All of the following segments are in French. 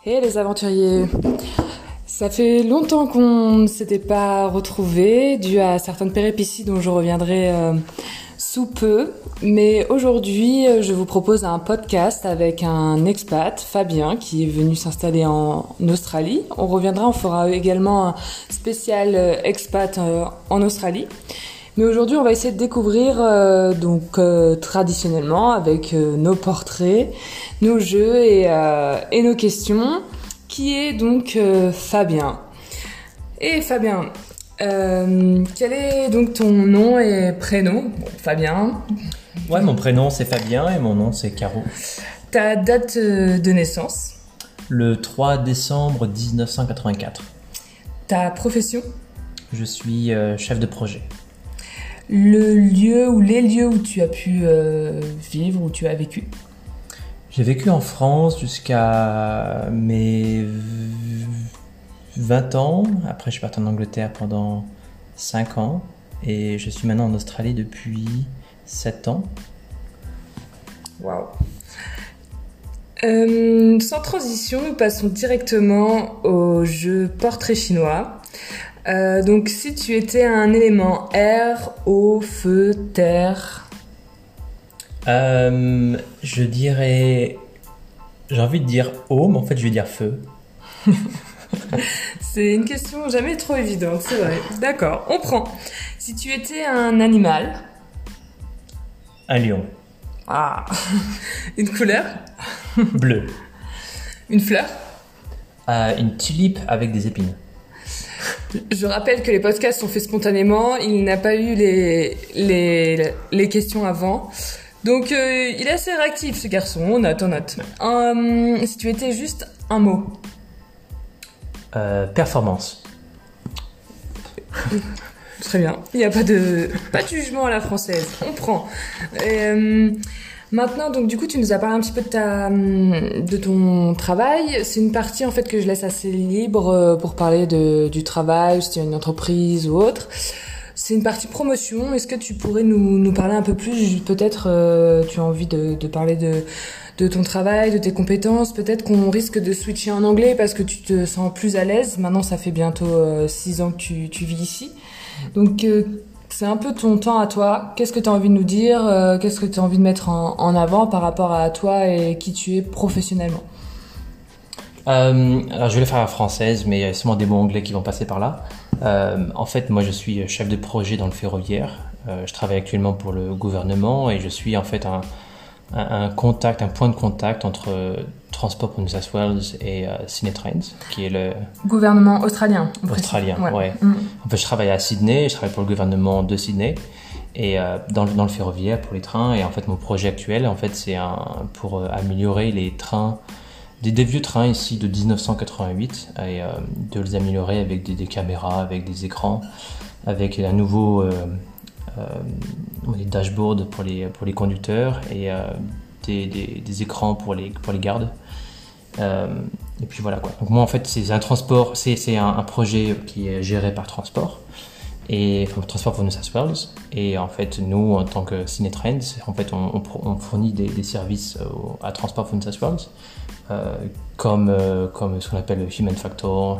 Hey les aventuriers, ça fait longtemps qu'on ne s'était pas retrouvés, dû à certaines péripéties dont je reviendrai sous peu. Mais aujourd'hui, je vous propose un podcast avec un expat, Fabien, qui est venu s'installer en Australie. On reviendra, on fera également un spécial expat en Australie. Mais aujourd'hui, on va essayer de découvrir traditionnellement avec nos portraits, nos jeux et nos questions, qui est donc Fabien. Et Fabien, quel est donc ton nom et prénom? Bon, Fabien. Ouais, mon prénom c'est Fabien et mon nom c'est Caro. Ta date de naissance? Le 3 décembre 1984. Ta profession? Je suis chef de projet. Le lieu ou les lieux où tu as pu vivre, où tu as vécu? J'ai vécu en France jusqu'à mes 20 ans. Après, je suis parti en Angleterre pendant 5 ans. Et je suis maintenant en Australie depuis 7 ans. Waouh! Sans transition, nous passons directement au jeu portrait chinois. Donc, si tu étais un élément air, eau, feu, terre... Je dirais... J'ai envie de dire eau, mais en fait, je vais dire feu. C'est une question jamais trop évidente, c'est vrai. D'accord, on prend. Si tu étais un animal... Un lion. Ah. Une couleur? Bleu. Une fleur? Une tulipe avec des épines. Je rappelle que les podcasts sont faits spontanément, il n'a pas eu les questions avant. Donc il est assez réactif ce garçon, on note. Si tu étais juste un mot. Performance. Très bien, il n'y a pas de jugement à la française, on prend. Maintenant, donc du coup, tu nous as parlé un petit peu de ton travail. C'est une partie en fait que je laisse assez libre pour parler du travail, si tu as une entreprise ou autre. C'est une partie promotion. Est-ce que tu pourrais nous parler un peu plus? Peut-être tu as envie de parler de ton travail, de tes compétences. Peut-être qu'on risque de switcher en anglais parce que tu te sens plus à l'aise. Maintenant, ça fait bientôt 6 ans que tu vis ici. Donc c'est un peu ton temps à toi. Qu'est-ce que tu as envie de nous dire? Qu'est-ce que tu as envie de mettre en avant par rapport à toi et qui tu es professionnellement? Alors je vais le faire à la française, mais il y a sûrement des mots anglais qui vont passer par là. En fait, moi je suis chef de projet dans le ferroviaire. Je travaille actuellement pour le gouvernement et je suis en fait un point de contact entre Transport for New South Wales et Cinetrains, qui est le gouvernement australien. Australien, ouais. Mm. En fait, je travaille à Sydney, je travaille pour le gouvernement de Sydney et dans le ferroviaire pour les trains. Et en fait, mon projet actuel, en fait, c'est pour améliorer les trains, des vieux trains ici de 1988 et de les améliorer avec des caméras, avec des écrans, avec un nouveau des dashboards pour les conducteurs et des écrans pour les gardes. Et puis voilà quoi. Donc moi en fait c'est un transport, c'est un projet qui est géré par Transport Transport for New South Wales. Et en fait nous en tant que Cinetrains, en fait on fournit des services à Transport for New South Wales comme ce qu'on appelle le human factor,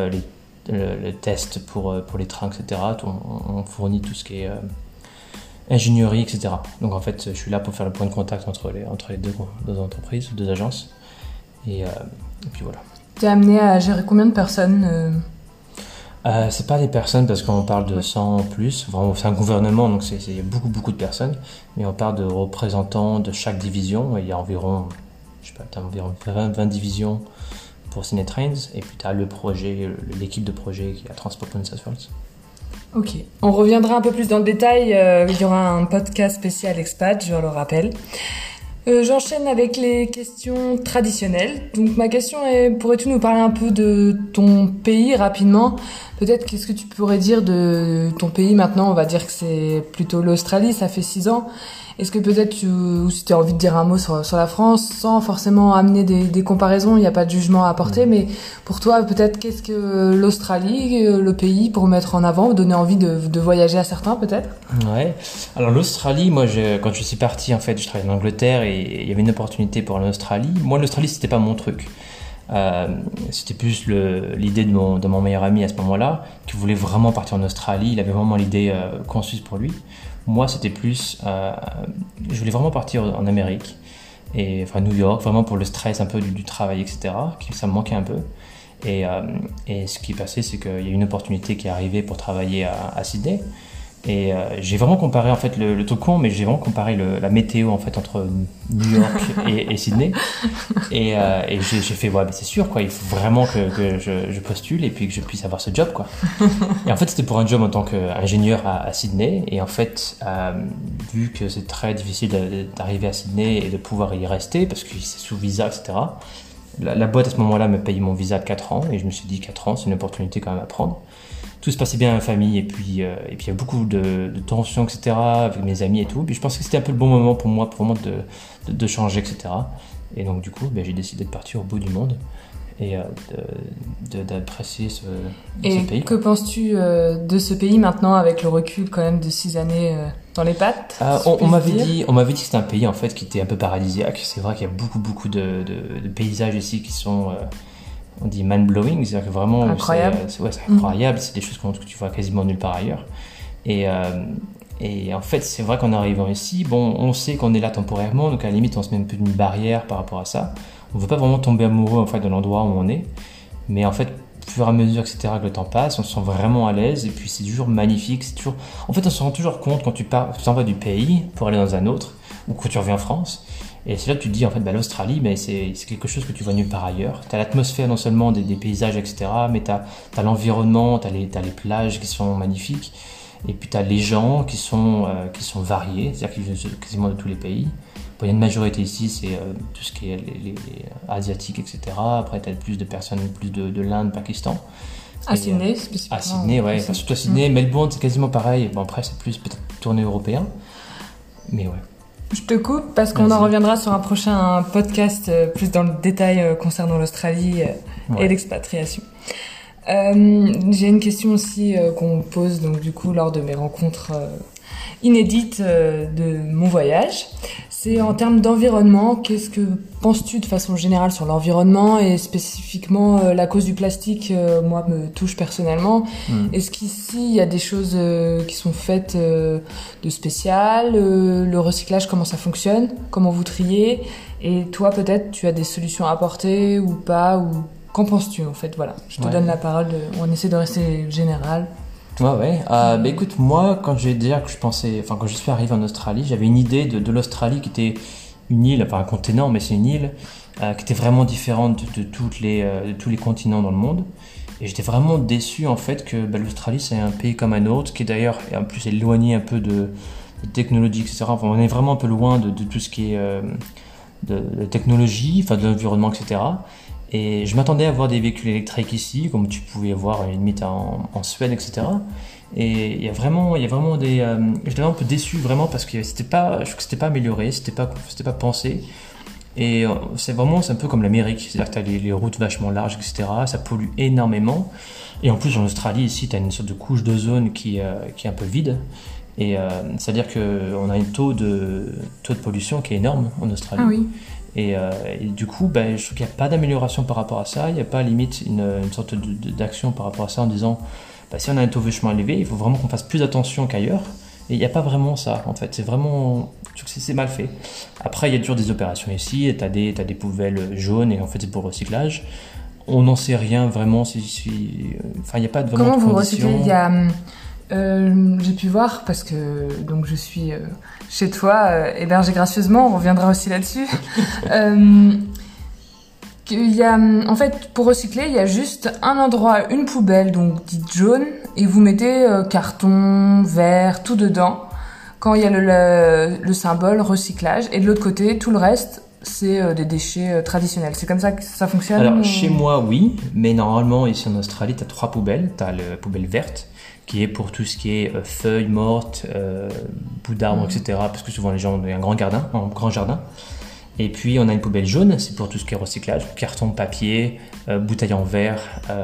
le test pour les trains, etc. On fournit tout ce qui est ingénierie, etc. Donc en fait, je suis là pour faire le point de contact entre les deux entreprises, deux agences. Et puis voilà. Tu es amené à gérer combien de personnes c'est pas des personnes parce qu'on parle de 100 plus. Vraiment, c'est un gouvernement, donc c'est beaucoup de personnes. Mais on parle de représentants de chaque division. Et il y a environ, t'as environ 20 divisions pour Cinetrains. Et puis tu as le projet, l'équipe de projet qui est à Transport for New South Wales. Ok, on reviendra un peu plus dans le détail, il y aura un podcast spécial expat, je le rappelle. J'enchaîne avec les questions traditionnelles. Donc ma question est, pourrais-tu nous parler un peu de ton pays rapidement? Peut-être qu'est-ce que tu pourrais dire de ton pays maintenant? On va dire que c'est plutôt l'Australie, ça fait 6 ans. Est-ce que peut-être ou si tu as envie de dire un mot sur la France, sans forcément amener des comparaisons, il n'y a pas de jugement à apporter, mais pour toi, peut-être qu'est-ce que l'Australie, le pays, pour mettre en avant, donner envie de voyager à certains, peut-être? Ouais. Alors l'Australie, moi, quand je suis parti, en fait, je travaillais en Angleterre et il y avait une opportunité pour l'Australie. Moi, l'Australie, c'était pas mon truc. C'était plus l'idée de mon meilleur ami à ce moment-là, qui voulait vraiment partir en Australie. Il avait vraiment l'idée conçue pour lui. Moi, c'était plus... je voulais vraiment partir en Amérique, enfin New York, vraiment pour le stress un peu du travail, etc., ça me manquait un peu. Et ce qui est passé, c'est qu'il y a une opportunité qui est arrivée pour travailler à Sydney. Et j'ai vraiment comparé, en fait, le truc con, mais j'ai vraiment comparé la météo, en fait, entre New York et Sydney. Et j'ai fait, ouais, mais c'est sûr, quoi, il faut vraiment que je postule et puis que je puisse avoir ce job, quoi. Et en fait, c'était pour un job en tant qu'ingénieur à Sydney. Et en fait, vu que c'est très difficile d'arriver à Sydney et de pouvoir y rester, parce que c'est sous visa, etc., la boîte, à ce moment-là, me payait mon visa de 4 ans. Et je me suis dit, 4 ans, c'est une opportunité quand même à prendre. Tout se passait bien à la famille, et puis il y a beaucoup de tensions, etc., avec mes amis et tout. Puis je pense que c'était un peu le bon moment pour moi de changer, etc. Et donc du coup, j'ai décidé de partir au bout du monde et d'apprécier ce pays. Et que penses-tu de ce pays maintenant, avec le recul quand même de 6 années dans les pattes? On m'avait dit que c'était un pays en fait qui était un peu paradisiaque. C'est vrai qu'il y a beaucoup de paysages ici qui sont... on dit mind-blowing, c'est-à-dire que vraiment incroyable. C'est incroyable, c'est des choses que tu vois quasiment nulle part ailleurs. Et en fait, c'est vrai qu'en arrivant ici, on sait qu'on est là temporairement, donc à la limite, on se met un peu d'une barrière par rapport à ça. On ne veut pas vraiment tomber amoureux en fait, de l'endroit où on est, mais en fait, au fur et à mesure etc., que le temps passe, on se sent vraiment à l'aise, et puis c'est toujours magnifique. En fait, on se rend toujours compte quand tu t'en vas du pays pour aller dans un autre, ou quand tu reviens en France. Et c'est là que tu te dis, en fait, l'Australie, c'est quelque chose que tu vois nulle part ailleurs. Tu as l'atmosphère non seulement des paysages, etc., mais tu as l'environnement, tu as les plages qui sont magnifiques, et puis tu as les gens qui sont variés, c'est-à-dire qu'ils viennent quasiment de tous les pays. Bon, il y a une majorité ici, c'est tout ce qui est les asiatiques, etc. Après, tu as plus de personnes, plus de l'Inde, Pakistan. À Sydney, spécifiquement. À Sydney, ouais. Enfin, surtout à Sydney. Melbourne, c'est quasiment pareil. Bon, après, c'est plus peut-être tourné européen. Mais ouais. Je te coupe parce qu'on en reviendra sur un prochain podcast plus dans le détail concernant l'Australie et l'expatriation. J'ai une question aussi qu'on pose donc du coup lors de mes rencontres inédites de mon voyage. C'est en termes d'environnement, qu'est-ce que penses-tu de façon générale sur l'environnement et spécifiquement la cause du plastique, moi, me touche personnellement. Est-ce qu'ici, il y a des choses qui sont faites de spécial, le recyclage, comment ça fonctionne, comment vous triez, et toi, peut-être, tu as des solutions à apporter ou pas, ou qu'en penses-tu, en fait, voilà. Je te donne la parole, on essaie de rester général. Ouais. Écoute, moi, quand je suis arrivé en Australie, j'avais une idée de l'Australie qui était une île, enfin un continent, mais c'est une île qui était vraiment différente de tous les continents dans le monde. Et j'étais vraiment déçu en fait que l'Australie c'est un pays comme un autre, qui d'ailleurs est en plus éloigné un peu de technologie, etc. Enfin, on est vraiment un peu loin de tout ce qui est de technologie, enfin de l'environnement, etc. Et je m'attendais à voir des véhicules électriques ici, comme tu pouvais voir limite en Suède, etc. Et il y a vraiment des... j'étais un peu déçu vraiment parce que je trouve que c'était pas amélioré, c'était pas pensé. Et c'est un peu comme l'Amérique, c'est-à-dire que tu as les routes vachement larges, etc. Ça pollue énormément. Et en plus en Australie, ici, tu as une sorte de couche d'ozone qui est un peu vide. Et c'est-à-dire qu'on a un taux de pollution qui est énorme en Australie. Ah oui. Et du coup, je trouve qu'il n'y a pas d'amélioration par rapport à ça. Il n'y a pas limite une sorte d'action par rapport à ça en disant si on a un taux vachement élevé, il faut vraiment qu'on fasse plus attention qu'ailleurs. Et il n'y a pas vraiment ça, en fait. C'est vraiment... Je trouve que c'est mal fait. Après, il y a toujours des opérations ici. Tu as des poubelles jaunes et en fait, c'est pour le recyclage. On n'en sait rien vraiment. Enfin, il n'y a pas vraiment Comment de vous conditions. recyclez? Il y a... j'ai pu voir, parce que donc je suis chez toi, hébergée gracieusement, on reviendra aussi là-dessus. Il y a, en fait, pour recycler, il y a juste un endroit, une poubelle, donc dite jaune, et vous mettez carton, verre, tout dedans, quand il y a le symbole recyclage, et de l'autre côté, tout le reste, c'est des déchets traditionnels. C'est comme ça que ça fonctionne? Alors, chez moi, oui, mais normalement, ici en Australie, tu as 3 poubelles. Tu as la poubelle verte, qui est pour tout ce qui est feuilles mortes, bouts d'arbres, etc. Parce que souvent, les gens ont un grand jardin. Et puis, on a une poubelle jaune, c'est pour tout ce qui est recyclage, carton, papier, bouteilles en verre,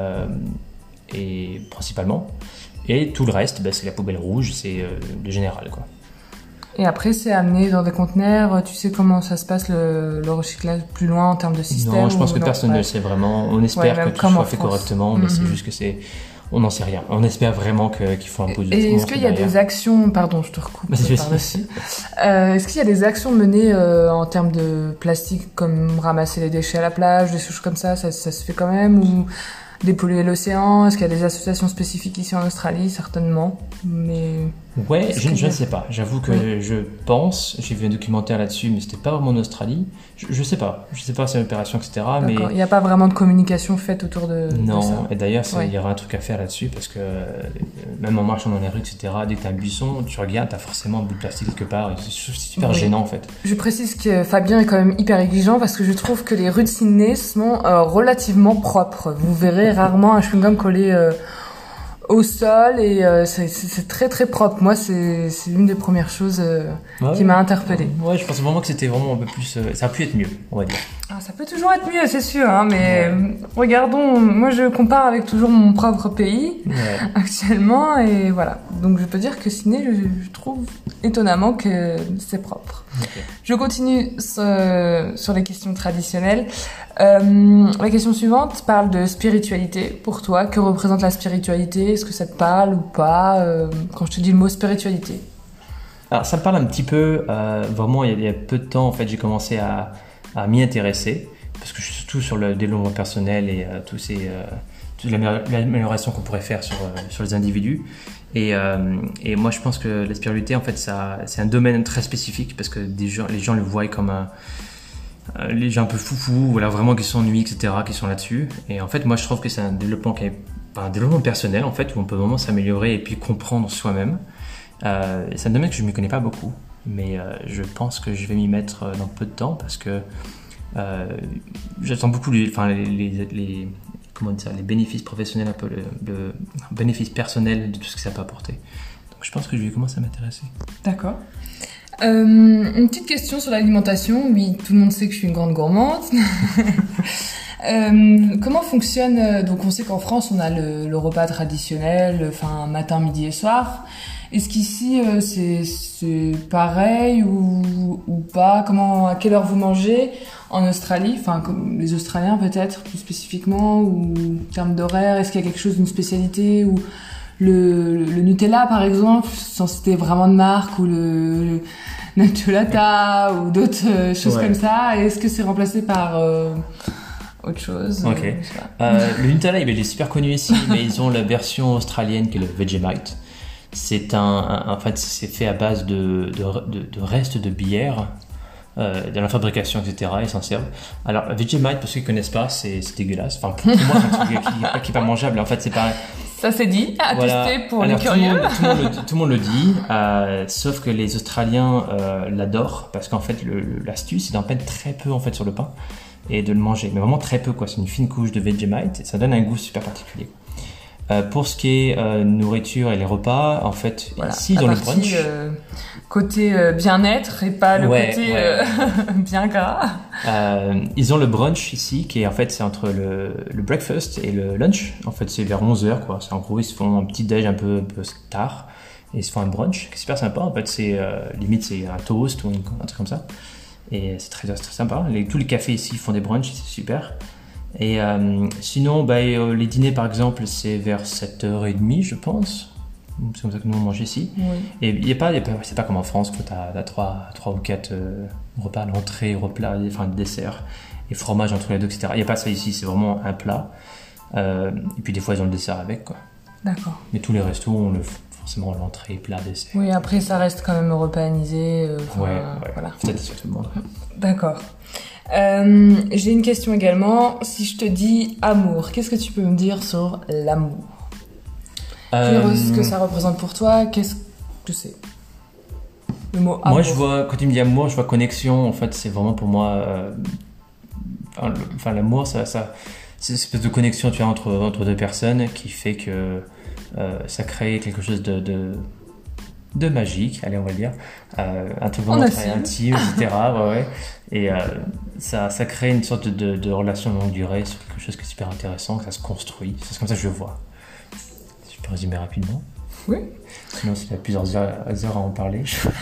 et principalement. Et tout le reste, c'est la poubelle rouge, c'est le général, quoi. Et après, c'est amené dans des conteneurs. Tu sais comment ça se passe le recyclage plus loin en termes de système? Non, je pense que personne ne le sait vraiment. On espère que tout soit fait correctement, mais c'est juste que on n'en sait rien. On espère vraiment qu'ils font un peu de... Et est-ce qu'il y a des actions... Pardon, je te recoupe par-dessus. Est-ce qu'il y a des actions menées en termes de plastique, comme ramasser les déchets à la plage, des choses comme ça se fait quand même, ou dépolluer l'océan? Est-ce qu'il y a des associations spécifiques ici en Australie? Certainement, mais... Ouais, je ne sais pas. J'avoue que je pense, j'ai vu un documentaire là-dessus, mais c'était pas vraiment en Australie. Je sais pas. Je sais pas si c'est une opération, etc. Mais il n'y a pas vraiment de communication faite autour de non, ça. Et d'ailleurs, il y aura un truc à faire là-dessus, parce que même en marchant dans les rues, etc., dès que t'as un buisson, tu regardes, t'as forcément un bout de plastique quelque part, et c'est super gênant en fait. Je précise que Fabien est quand même hyper exigeant, parce que je trouve que les rues de Sydney sont relativement propres. Vous verrez rarement un chewing-gum collé au sol, et c'est très très propre. Moi, c'est une des premières choses qui m'a interpellée. Ouais, je pense vraiment que c'était vraiment un peu plus... ça a pu être mieux, on va dire. Ah, ça peut toujours être mieux, c'est sûr, hein, mais regardons, moi je compare avec toujours mon propre pays actuellement, et voilà. Donc je peux dire que Sydney, je trouve étonnamment que c'est propre. Okay. Je continue sur les questions traditionnelles. La question suivante parle de spiritualité. Pour toi, que représente la spiritualité? Est-ce que ça te parle ou pas quand je te dis le mot spiritualité? Alors ça me parle un petit peu, vraiment il y a peu de temps en fait j'ai commencé à m'y intéresser, parce que je suis surtout sur le développement personnel et toute l'amélioration qu'on pourrait faire sur les individus. Et moi, je pense que la spiritualité, en fait, c'est un domaine très spécifique, parce que les gens le voient comme les gens un peu foufou, voilà, vraiment qui s'ennuient, etc., qui sont là-dessus. Et en fait, moi, je trouve que c'est un développement un développement personnel, en fait, où on peut vraiment s'améliorer et puis comprendre soi-même. C'est un domaine que je ne m'y connais pas beaucoup, mais je pense que je vais m'y mettre dans peu de temps, parce que j'attends beaucoup les bénéfices professionnels, un peu le bénéfice personnel de tout ce que ça peut apporter. Donc je pense que je vais commencer à m'intéresser. D'accord. Une petite question sur l'alimentation. Oui, tout le monde sait que je suis une grande gourmande. Comment fonctionne, donc on sait qu'en France on a le repas traditionnel, enfin matin, midi et soir. Est-ce qu'ici c'est pareil ou pas? À quelle heure vous mangez en Australie? Enfin, comme les Australiens peut-être plus spécifiquement, ou en termes d'horaire, est-ce qu'il y a quelque chose d'une spécialité, ou le Nutella par exemple, sans citer vraiment de marque, ou le Nutellata ou d'autres choses comme ça, est-ce que c'est remplacé par autre chose? Ok. Le Nutella, il est super connu ici, mais ils ont la version australienne qui est le Vegemite. En fait, c'est fait à base de restes de bière, de la fabrication, etc. Ils s'en servent. Alors, Vegemite, pour ceux qui ne connaissent pas, c'est dégueulasse. Enfin, pour moi, c'est un truc qui n'est pas mangeable. En fait, c'est pas... Ça c'est dit, à tester pour les curieux. Tout le monde le dit, sauf que les Australiens l'adorent, parce qu'en fait, l'astuce, c'est d'en mettre très peu en fait sur le pain et de le manger. Mais vraiment très peu, quoi. C'est une fine couche de Vegemite et ça donne un goût super particulier. Pour ce qui est nourriture et les repas, en fait, ici dans le brunch, côté bien-être et pas le côté bien gras. Ils ont le brunch ici, qui est en fait c'est entre le breakfast et le lunch. En fait, c'est vers 11h, quoi. C'est en gros ils se font un petit déj un peu tard et ils se font un brunch, qui est super sympa. En fait, c'est limite c'est un toast ou un truc comme ça. Et c'est très sympa. Tous les cafés ici font des brunchs, c'est super. Et sinon, les dîners par exemple, c'est vers 7h30, je pense. C'est comme ça que nous on mange ici. Oui. Et c'est pas comme en France, où t'as 3 ou 4 repas, l'entrée, repas, enfin le dessert, et fromage entre les deux, etc. Il n'y a pas ça ici, c'est vraiment un plat. Et puis des fois ils ont le dessert avec, quoi. D'accord. Mais tous les restos ont forcément l'entrée, plat, dessert. Oui, après ça reste quand même européanisé. Voilà. Peut-être sur tout le monde. D'accord. J'ai une question également. Si je te dis amour, qu'est-ce que tu peux me dire sur l'amour? Ce que ça représente pour toi, qu'est-ce que c'est? Le mot amour. Moi, quand tu me dis amour, je vois connexion. En fait, c'est vraiment pour moi. L'amour, c'est une espèce de connexion, tu vois, entre deux personnes qui fait que ça crée quelque chose de magique, allez, on va le dire. Un truc vraiment très intime, etc. Et ça crée une sorte de relation de longue durée sur quelque chose qui est super intéressant, que ça se construit. C'est comme ça que je le vois. Je peux résumer rapidement. Oui. Sinon, il y a plusieurs heures à en parler.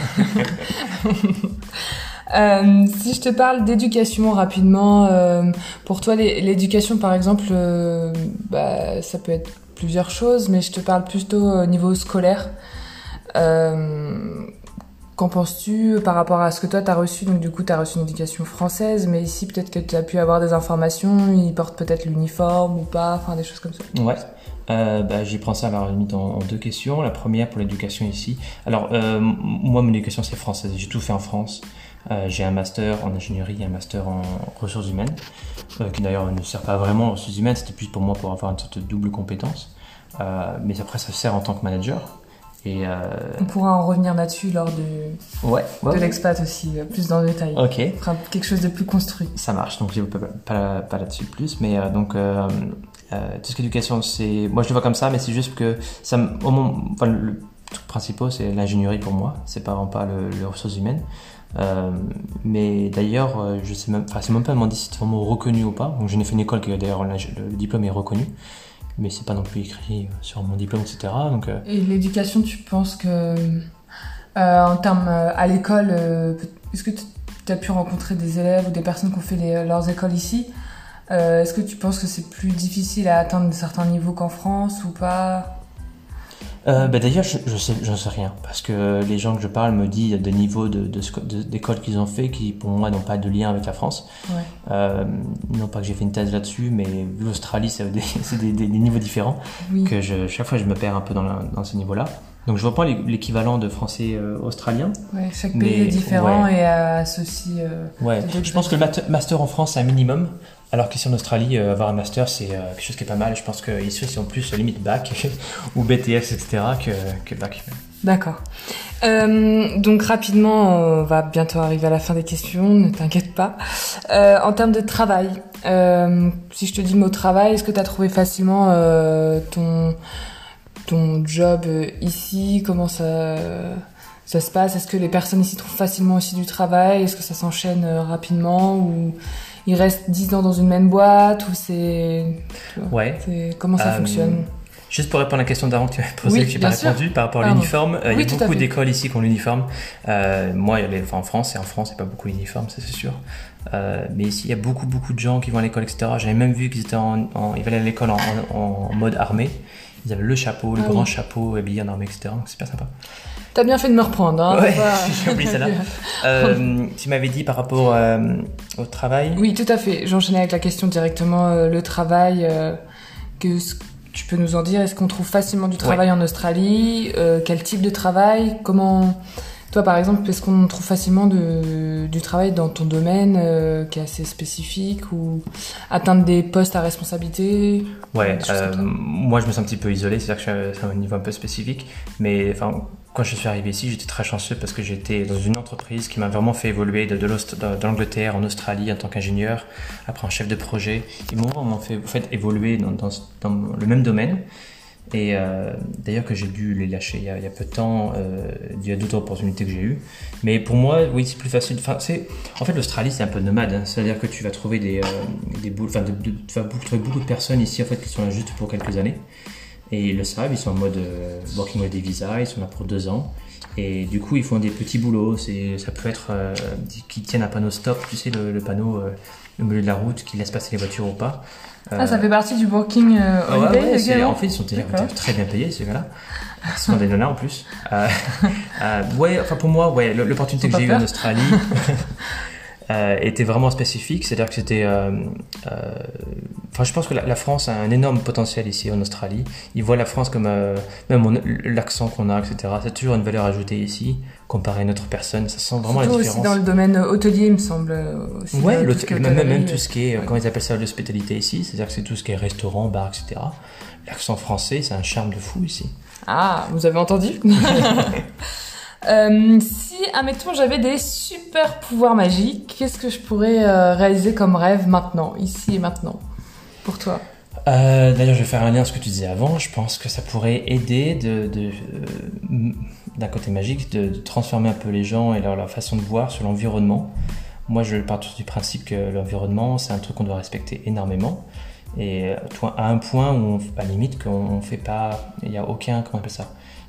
Si je te parle d'éducation rapidement, pour toi, l'éducation, par exemple, ça peut être plusieurs choses, mais je te parle plutôt au niveau scolaire. Qu'en penses-tu par rapport à ce que toi t'as reçu? Donc du coup t'as reçu une éducation française, mais ici peut-être que tu as pu avoir des informations, ils portent peut-être l'uniforme ou pas, enfin des choses comme ça. Ouais. J'y prends ça alors limite en deux questions. La première pour l'éducation ici. Alors moi mon éducation c'est française, j'ai tout fait en France. J'ai un master en ingénierie et un master en ressources humaines, qui d'ailleurs ne sert pas vraiment aux ressources humaines, c'était plus pour moi pour avoir une sorte de double compétence. Mais après ça sert en tant que manager. Et on pourra en revenir là-dessus lors de l'expat aussi, plus dans le détail. Ok. On fera quelque chose de plus construit. Ça marche, donc je ne vais pas là-dessus plus, mais tout ce qu'éducation, c'est, moi je le vois comme ça, mais c'est juste que le truc principal c'est l'ingénierie pour moi, c'est vraiment pas les ressources humaines. Mais d'ailleurs, je sais même, c'est même pas demandé si c'est vraiment reconnu ou pas. Donc je n'ai fait une école qui d'ailleurs le diplôme est reconnu. Mais c'est pas non plus écrit sur mon diplôme, etc. Donc, Et l'éducation, tu penses que, en termes à l'école, est-ce que tu as pu rencontrer des élèves ou des personnes qui ont fait leurs écoles ici? Est-ce que tu penses que c'est plus difficile à atteindre certains niveaux qu'en France ou pas? D'ailleurs, j'en sais rien, parce que les gens que je parle me disent des niveaux d'école qu'ils ont fait qui, pour moi, n'ont pas de lien avec la France. Ouais. Non pas que j'ai fait une thèse là-dessus, mais l'Australie, c'est des niveaux différents, oui. Que chaque fois, je me perds un peu dans ce niveau-là. Donc, je vois pas l'équivalent de français australien. Ouais, chaque pays est différent et associe. Je pense que le master en France, c'est un minimum. Alors qu'ici en Australie, avoir un master, c'est quelque chose qui est pas mal. Je pense qu'ici, ils sont plus limite bac ou BTS, etc. que bac. D'accord. Donc rapidement, on va bientôt arriver à la fin des questions, ne t'inquiète pas. En termes de travail, si je te dis le mot travail, est-ce que tu as trouvé facilement ton job ici? Comment ça se passe? Est-ce que les personnes ici trouvent facilement aussi du travail? Est-ce que ça s'enchaîne rapidement ou ils restent 10 ans dans une même boîte ou comment ça fonctionne? Juste pour répondre à la question d'avant que tu m'as posée, que je n'ai pas répondu, par rapport à l'uniforme, il y a beaucoup d'écoles ici qui ont l'uniforme. Moi, en France, il n'y a pas beaucoup d'uniformes, ça c'est sûr. Mais ici, il y a beaucoup de gens qui vont à l'école, etc. J'avais même vu qu'ils étaient ils allaient à l'école en mode armé. Ils avaient le chapeau, le grand chapeau, habillé en armée, etc. Donc c'est super sympa. T'as bien fait de me reprendre, hein. Ouais, j'ai oublié ça là. Tu m'avais dit par rapport au travail. Oui, tout à fait. J'enchaînais avec la question directement, le travail. Tu peux nous en dire? Est-ce qu'on trouve facilement du travail en Australie? Quel type de travail? Comment... Toi, par exemple, est-ce qu'on trouve facilement du travail dans ton domaine qui est assez spécifique ou atteindre des postes à responsabilité? Ouais, moi je me sens un petit peu isolé, c'est-à-dire que c'est un niveau un peu spécifique, mais quand je suis arrivé ici, j'étais très chanceux parce que j'étais dans une entreprise qui m'a vraiment fait évoluer de l'Angleterre en Australie en tant qu'ingénieur, après en chef de projet. Ils m'ont vraiment fait évoluer dans le même domaine. Et d'ailleurs que j'ai dû les lâcher il y a peu de temps, il y a d'autres opportunités que j'ai eues. Mais pour moi, oui, c'est plus facile. En fait, l'Australie, c'est un peu nomade. Hein. C'est-à-dire que tu vas trouver tu vas trouver beaucoup de personnes ici en fait, qui sont là juste pour quelques années. Et ils le savent, ils sont en mode working holiday visa, ils sont là pour 2 ans. Et du coup, ils font des petits boulots. Ça peut être qu'ils tiennent un panneau stop, tu sais, le panneau au milieu de la route qui laisse passer les voitures ou pas. Ça fait partie du working holiday. En fait, ils sont très bien payés, ces gars-là. Ils sont des nanas en plus. Pour moi, l'opportunité que j'ai eue en Australie était vraiment spécifique. C'est-à-dire que c'était... je pense que la France a un énorme potentiel ici en Australie. Ils voient la France comme même l'accent qu'on a, etc. C'est toujours une valeur ajoutée ici comparé à une autre personne. Ça sent vraiment surtout la différence. Aussi dans le domaine hôtelier, il me semble. Aussi même tout ce qui est, comment ils appellent ça, l'hospitalité ici. C'est-à-dire que c'est tout ce qui est restaurant, bar, etc. L'accent français, c'est un charme de fou ici. Ah, vous avez entendu? Si, admettons, j'avais des super pouvoirs magiques, qu'est-ce que je pourrais réaliser comme rêve maintenant, ici et maintenant, pour toi? D'ailleurs, je vais faire un lien à ce que tu disais avant. Je pense que ça pourrait aider d'un côté magique de transformer un peu les gens et leur façon de voir sur l'environnement. Moi, je pars du principe que l'environnement, c'est un truc qu'on doit respecter énormément. Et à un point où, à la limite, qu'on fait pas, il n'y a aucun, comment on appelle ça?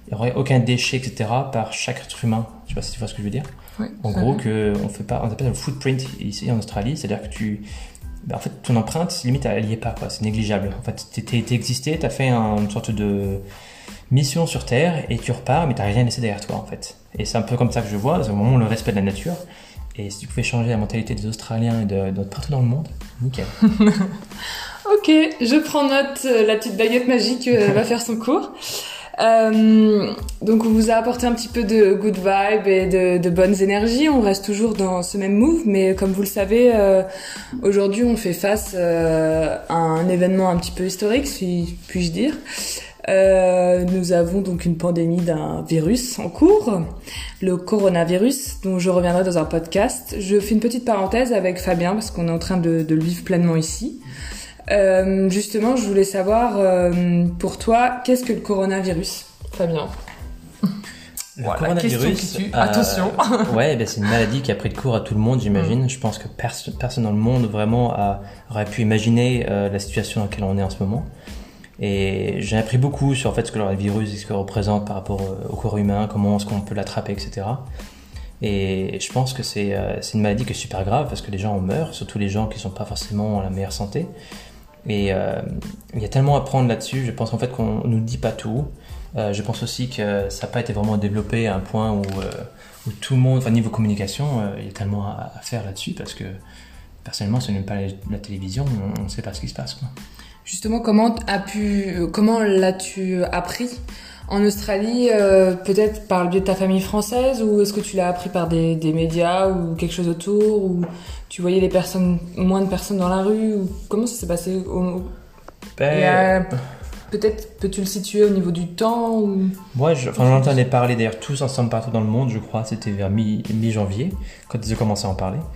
il n'y aurait aucun déchet, etc. par chaque être humain. Je sais pas si tu vois ce que je veux dire. Oui, En gros, on appelle le footprint ici en Australie, c'est-à-dire que en fait, ton empreinte, limite, elle n'y est pas, quoi. C'est négligeable. En fait, t'es existé, t'as fait une sorte de mission sur Terre et tu repars, mais t'as rien laissé derrière toi, en fait. Et c'est un peu comme ça que je vois, c'est vraiment le respect de la nature. Et si tu pouvais changer la mentalité des Australiens et de partout dans le monde, nickel. Ok, je prends note, la petite baguette magique va faire son cours. Donc on vous a apporté un petit peu de good vibe et de bonnes énergies. On reste toujours dans ce même move, mais comme vous le savez, aujourd'hui on fait face à un événement un petit peu historique, si puis-je dire. Nous avons donc une pandémie d'un virus en cours, le coronavirus, dont je reviendrai dans un podcast. Je fais une petite parenthèse avec Fabien parce qu'on est en train de le vivre pleinement ici. Justement, je voulais savoir, pour toi, qu'est-ce que le coronavirus, Fabien? Le coronavirus, attention. Ouais, c'est une maladie qui a pris de court à tout le monde, j'imagine. Je pense que personne dans le monde vraiment aurait pu imaginer la situation dans laquelle on est en ce moment. Et j'ai appris beaucoup sur en fait ce que le virus, ce qu'il représente par rapport au corps humain, comment est-ce qu'on peut l'attraper, etc. Et je pense que c'est une maladie qui est super grave parce que les gens en meurent, surtout les gens qui sont pas forcément en la meilleure santé. Et il y a tellement à prendre là-dessus. Je pense en fait qu'on nous dit pas tout. Je pense aussi que ça n'a pas été vraiment développé à un point où tout le monde, enfin niveau communication, il y a tellement à faire là-dessus parce que personnellement, si on n'aime pas la télévision, on ne sait pas ce qui se passe, quoi. Justement, comment l'as-tu appris en Australie, peut-être par le biais de ta famille française, ou est-ce que tu l'as appris par des médias ou quelque chose autour, ou tu voyais moins de personnes dans la rue, ou comment ça s'est passé peut-être peux-tu le situer au niveau du temps ou... Moi, j'en entendais parler d'ailleurs tous ensemble partout dans le monde, je crois, c'était vers mi-janvier quand ils ont commencé à en parler.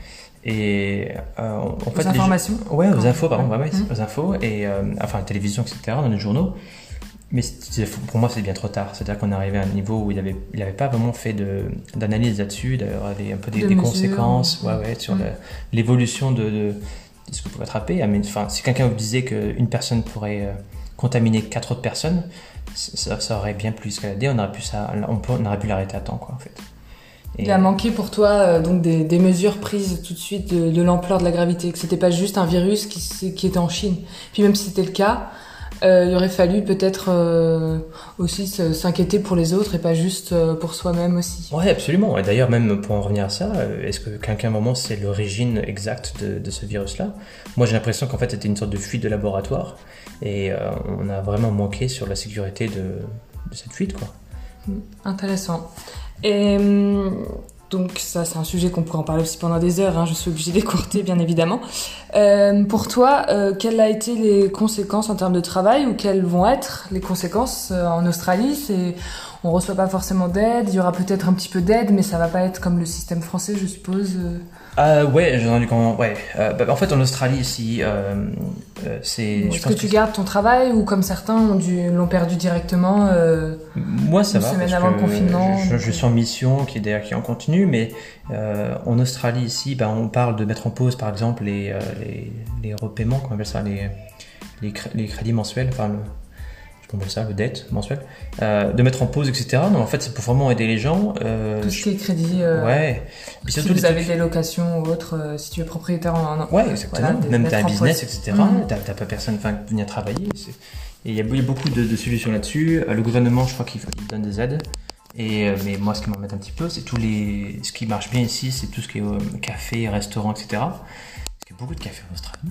Et en fait, informations aux infos, pardon, aux infos, et enfin, la télévision, etc., dans les journaux. Mais pour moi, c'est bien trop tard. C'est-à-dire qu'on est arrivé à un niveau où il avait pas vraiment fait d'analyse là-dessus, d'ailleurs, un peu des conséquences sur l'évolution de ce qu'on pouvait attraper. Mais enfin, si quelqu'un vous disait qu'une personne pourrait contaminer 4 autres personnes, ça aurait bien plus escaladé. On aurait pu l'arrêter à temps, quoi, en fait. Il a manqué pour toi donc des mesures prises tout de suite de l'ampleur de la gravité, que c'était pas juste un virus qui était en Chine. Puis même si c'était le cas, il aurait fallu peut-être aussi s'inquiéter pour les autres et pas juste pour soi-même aussi. Ouais, absolument. Et d'ailleurs, même pour en revenir à ça, est-ce que quelqu'un vraiment sait l'origine exacte de ce virus-là? Moi, j'ai l'impression qu'en fait, c'était une sorte de fuite de laboratoire et on a vraiment manqué sur la sécurité de cette fuite, quoi. Intéressant. Et donc ça, c'est un sujet qu'on pourrait en parler aussi pendant des heures, hein, je suis obligée d'écourter bien évidemment. Pour toi, quelles ont été les conséquences en termes de travail, ou quelles vont être les conséquences en Australie? On reçoit pas forcément d'aide, il y aura peut-être un petit peu d'aide, mais ça va pas être comme le système français, je suppose. Ouais, j'ai entendu comment. Ouais. En fait, en Australie ici, c'est. Est-ce que tu gardes ton travail, ou comme certains l'ont perdu directement? Moi, ça va. Une semaine avant le confinement. Je suis en mission, qui est en continu, mais en Australie ici, on parle de mettre en pause, par exemple, les repaiements, comment on appelle ça, les crédits mensuels, enfin on appelle ça, le dette mensuel, de mettre en pause, etc. Non, en fait, c'est pour vraiment aider les gens. Tout ce qui est crédit. Ouais. Puis surtout, si vous avez des locations ou autres, si tu es propriétaire Ouais, exactement. Voilà, même t'as un business, etc. T'as pas personne pour venir travailler. Et il y a beaucoup de solutions là-dessus. Le gouvernement, je crois qu'il donne des aides. Mais moi, ce qui m'embête un petit peu, c'est ce qui marche bien ici, c'est tout ce qui est café, restaurant, etc. Parce qu'il y a beaucoup de cafés en Australie.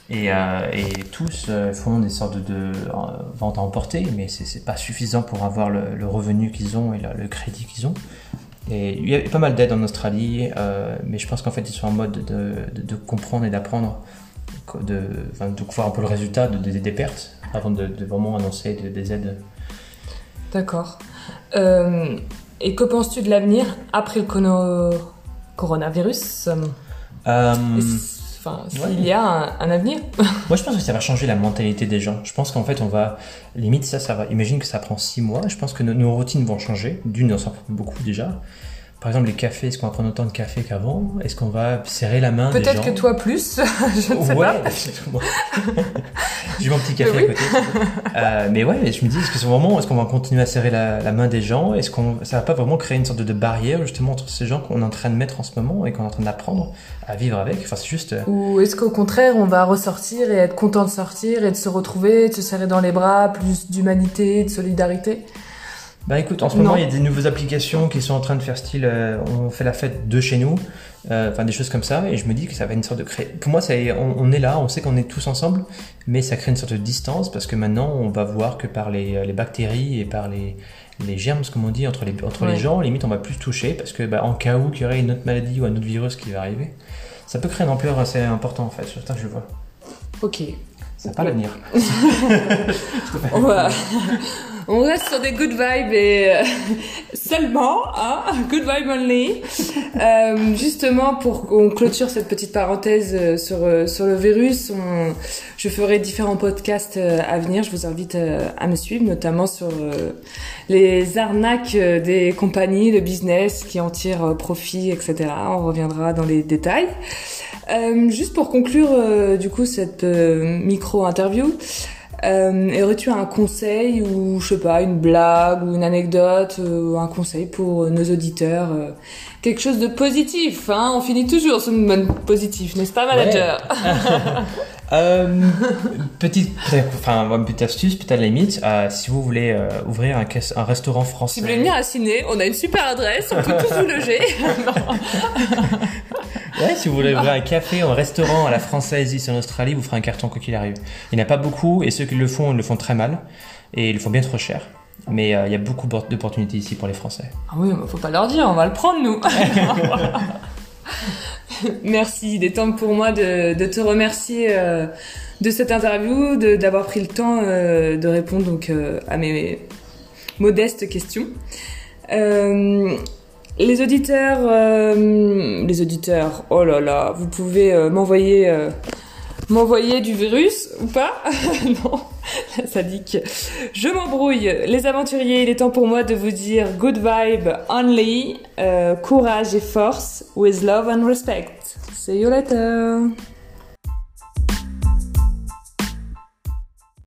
Et tous font des sortes de ventes à emporter, mais c'est pas suffisant pour avoir le revenu qu'ils ont et le crédit qu'ils ont. Et il y a pas mal d'aides en Australie, mais je pense qu'en fait ils sont en mode de comprendre et d'apprendre, de voir un peu le résultat des pertes avant de vraiment annoncer des aides. D'accord. Et que penses-tu de l'avenir après le coronavirus? S'il y a un avenir. Moi, je pense que ça va changer la mentalité des gens. Je pense qu'en fait, limite, ça va. Imagine que ça prend 6 mois. Je pense que nos routines vont changer. D'une, on s'en fout beaucoup déjà. par exemple, les cafés, est-ce qu'on va prendre autant de café qu'avant? Est-ce qu'on va serrer la main des gens? Peut-être que toi plus, je ne sais pas. Ouais, j'ai mon petit café à côté. Mais ouais, je me dis, est-ce qu'on va continuer à serrer la main des gens? Est-ce qu'on ça va pas vraiment créer une sorte de barrière justement entre ces gens qu'on est en train de mettre en ce moment et qu'on est en train d'apprendre à vivre avec? Enfin, c'est juste. Ou est-ce qu'au contraire, on va ressortir et être content de sortir et de se retrouver, de se serrer dans les bras, plus d'humanité, de solidarité? Bah écoute, en ce moment, il y a des nouvelles applications qui sont en train de faire style on fait la fête de chez nous, enfin des choses comme ça, et je me dis que ça va une sorte de créer. Pour moi, on est là, on sait qu'on est tous ensemble, mais ça crée une sorte de distance parce que maintenant, on va voir que par les bactéries et par les germes, comme on dit, entre les gens, limite, on va plus se toucher parce que en cas où qu'il y aurait une autre maladie ou un autre virus qui va arriver, ça peut créer une ampleur assez importante en fait, c'est ça que je vois. Ok. Ça n'a pas l'avenir. On reste sur des good vibes et seulement, hein, good vibe only. Justement, pour qu'on clôture cette petite parenthèse sur le virus, je ferai différents podcasts à venir. Je vous invite à me suivre, notamment sur les arnaques des compagnies, le business qui en tirent profit, etc. On reviendra dans les détails. Juste pour conclure, du coup, cette micro-interview, aurais-tu un conseil ou, je sais pas, une blague ou une anecdote, un conseil pour nos auditeurs, quelque chose de positif, hein? On finit toujours sur une bonne positive, n'est-ce pas, manager? Ouais. Petite astuce, peut-être à la limite, si vous voulez ouvrir un restaurant français. Si vous voulez venir à Ciné, on a une super adresse, on peut tous vous loger. Ouais, si vous voulez ouvrir un café ou un restaurant à la française ici en Australie, vous ferez un carton quoi qu'il arrive. Il n'y en a pas beaucoup et ceux qui le font, ils le font très mal et ils le font bien trop cher. Mais il y a beaucoup d'opportunités ici pour les Français. Ah oui, faut pas leur dire, on va le prendre nous. Merci, il est temps pour moi de te remercier de cette interview, d'avoir pris le temps de répondre donc à mes modestes questions. Les auditeurs, oh là là, vous pouvez m'envoyer du virus ou pas? Non, ça dit que je m'embrouille. Les aventuriers, il est temps pour moi de vous dire good vibe only, courage et force, with love and respect. See you later.